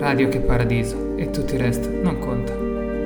Radio Che Paradiso e tutto il resto non conta.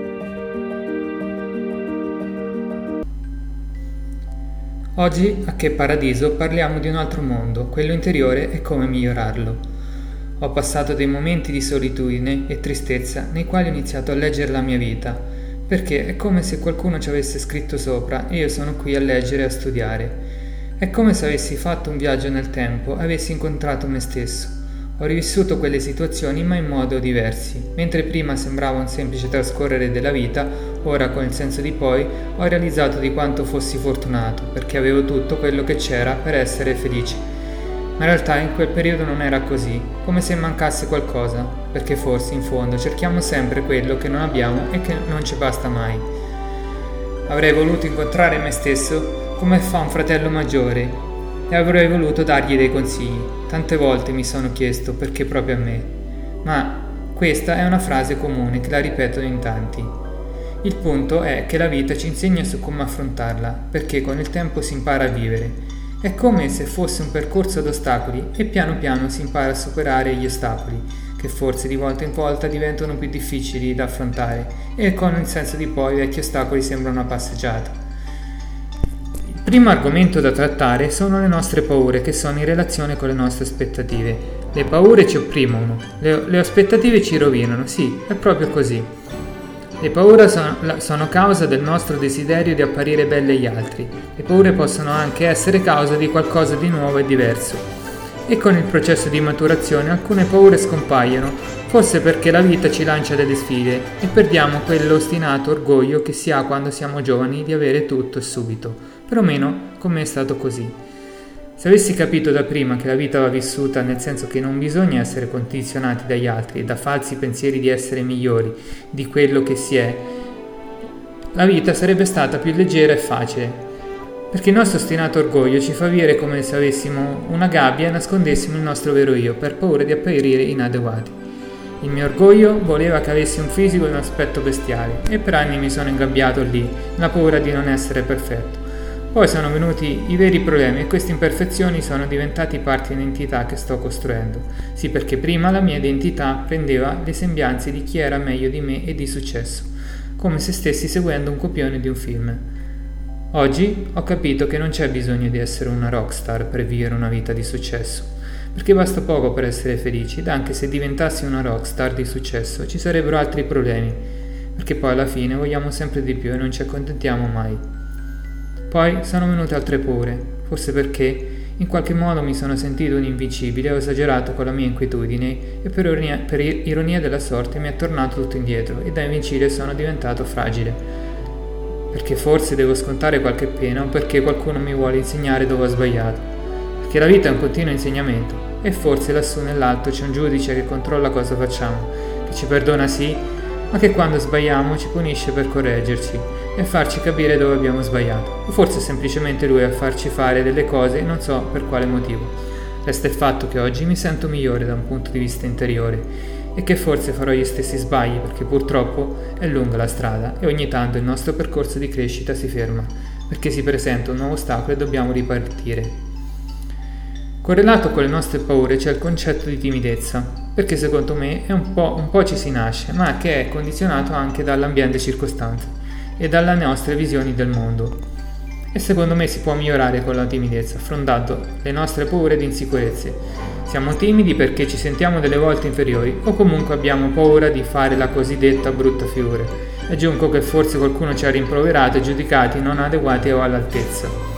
Oggi a Che Paradiso parliamo di un altro mondo, quello interiore e come migliorarlo. Ho passato dei momenti di solitudine e tristezza nei quali ho iniziato a leggere la mia vita, perché è come se qualcuno ci avesse scritto sopra e io sono qui a leggere e a studiare. È come se avessi fatto un viaggio nel tempo e avessi incontrato me stesso. Ho rivissuto quelle situazioni ma in modo diversi. Mentre prima sembrava un semplice trascorrere della vita, ora con il senso di poi ho realizzato di quanto fossi fortunato, perché avevo tutto quello che c'era per essere felice. Ma in realtà in quel periodo non era così, come se mancasse qualcosa, perché forse in fondo cerchiamo sempre quello che non abbiamo e che non ci basta mai. Avrei voluto incontrare me stesso come fa un fratello maggiore e avrei voluto dargli dei consigli. Tante volte mi sono chiesto perché proprio a me, ma questa è una frase comune che la ripetono in tanti. Il punto è che la vita ci insegna su come affrontarla, perché con il tempo si impara a vivere. È come se fosse un percorso ad ostacoli e piano piano si impara a superare gli ostacoli, che forse di volta in volta diventano più difficili da affrontare e con il senso di poi i vecchi ostacoli sembrano una passeggiata. Il primo argomento da trattare sono le nostre paure che sono in relazione con le nostre aspettative. Le paure ci opprimono, le aspettative ci rovinano, sì, è proprio così. Le paure sono causa del nostro desiderio di apparire belli agli altri. Le paure possono anche essere causa di qualcosa di nuovo e diverso. E con il processo di maturazione alcune paure scompaiono, forse perché la vita ci lancia delle sfide e perdiamo quell'ostinato orgoglio che si ha quando siamo giovani di avere tutto e subito. Perlomeno con me è stato così. Se avessi capito da prima che la vita va vissuta nel senso che non bisogna essere condizionati dagli altri, da falsi pensieri di essere migliori di quello che si è, la vita sarebbe stata più leggera e facile. Perché il nostro ostinato orgoglio ci fa vivere come se avessimo una gabbia e nascondessimo il nostro vero io per paura di apparire inadeguati. Il mio orgoglio voleva che avessi un fisico e un aspetto bestiale e per anni mi sono ingabbiato lì, nella paura di non essere perfetto. Poi sono venuti i veri problemi e queste imperfezioni sono diventati parte dell'identità che sto costruendo. Sì, perché prima la mia identità prendeva le sembianze di chi era meglio di me e di successo, come se stessi seguendo un copione di un film. Oggi ho capito che non c'è bisogno di essere una rockstar per vivere una vita di successo, perché basta poco per essere felici ed anche se diventassi una rockstar di successo ci sarebbero altri problemi, perché poi alla fine vogliamo sempre di più e non ci accontentiamo mai. Poi sono venute altre paure, forse perché in qualche modo mi sono sentito un invincibile, ho esagerato con la mia inquietudine e per ironia della sorte mi è tornato tutto indietro e da invincibile sono diventato fragile. Perché forse devo scontare qualche pena o perché qualcuno mi vuole insegnare dove ho sbagliato. Perché la vita è un continuo insegnamento e forse lassù nell'alto c'è un giudice che controlla cosa facciamo, che ci perdona sì, ma che quando sbagliamo ci punisce per correggerci e farci capire dove abbiamo sbagliato. O forse semplicemente lui a farci fare delle cose e non so per quale motivo. Resta il fatto che oggi mi sento migliore da un punto di vista interiore e che forse farò gli stessi sbagli perché purtroppo è lunga la strada e ogni tanto il nostro percorso di crescita si ferma perché si presenta un nuovo ostacolo e dobbiamo ripartire. Correlato con le nostre paure c'è il concetto di timidezza, perché secondo me è un po' ci si nasce, ma che è condizionato anche dall'ambiente circostante e dalle nostre visioni del mondo. E secondo me si può migliorare con la timidezza, affrontando le nostre paure ed insicurezze. Siamo timidi perché ci sentiamo delle volte inferiori o comunque abbiamo paura di fare la cosiddetta brutta figura. Aggiungo che forse qualcuno ci ha rimproverato e giudicati non adeguati o all'altezza.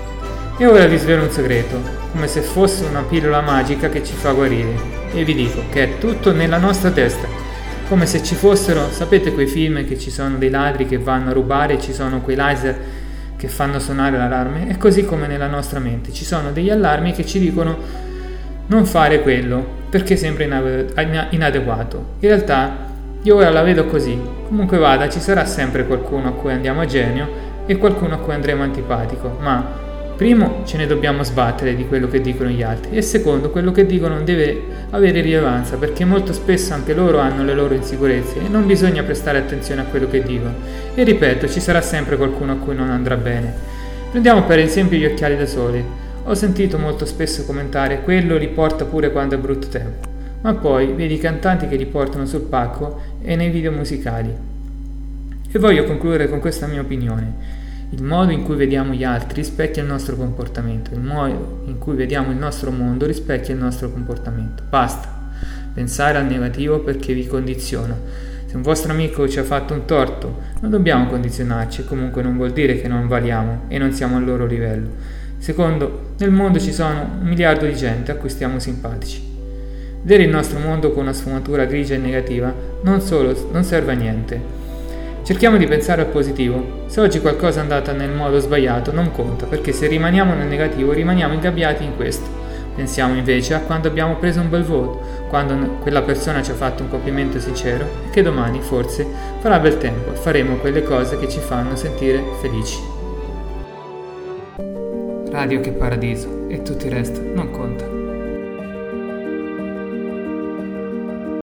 E ora vi svelo un segreto, come se fosse una pillola magica che ci fa guarire. E vi dico che è tutto nella nostra testa. Come se ci fossero, sapete quei film che ci sono dei ladri che vanno a rubare e ci sono quei laser che fanno suonare l'allarme? È così come nella nostra mente. Ci sono degli allarmi che ci dicono non fare quello, perché sembra inadeguato. In realtà io ora la vedo così. Comunque vada, ci sarà sempre qualcuno a cui andiamo a genio e qualcuno a cui andremo antipatico, ma primo, ce ne dobbiamo sbattere di quello che dicono gli altri e secondo, quello che dicono non deve avere rilevanza perché molto spesso anche loro hanno le loro insicurezze e non bisogna prestare attenzione a quello che dicono. E ripeto, ci sarà sempre qualcuno a cui non andrà bene. Prendiamo per esempio gli occhiali da sole. Ho sentito molto spesso commentare quello li porta pure quando è brutto tempo. ma poi vedi i cantanti che li portano sul palco e nei video musicali. E voglio concludere con questa mia opinione. Il modo in cui vediamo gli altri rispecchia il nostro comportamento, il modo in cui vediamo il nostro mondo rispecchia il nostro comportamento. Basta pensare al negativo perché vi condiziona. Se un vostro amico ci ha fatto un torto, non dobbiamo condizionarci, comunque non vuol dire che non valiamo e non siamo al loro livello. Secondo, nel mondo ci sono 1 miliardo di gente a cui stiamo simpatici. Vedere il nostro mondo con una sfumatura grigia e negativa non serve a niente. Cerchiamo di pensare al positivo. Se oggi qualcosa è andata nel modo sbagliato non conta, perché se rimaniamo nel negativo rimaniamo ingabbiati in questo. Pensiamo invece a quando abbiamo preso un bel voto, quando quella persona ci ha fatto un complimento sincero e che domani forse farà bel tempo e faremo quelle cose che ci fanno sentire felici. Radio Che Paradiso e tutto il resto non conta.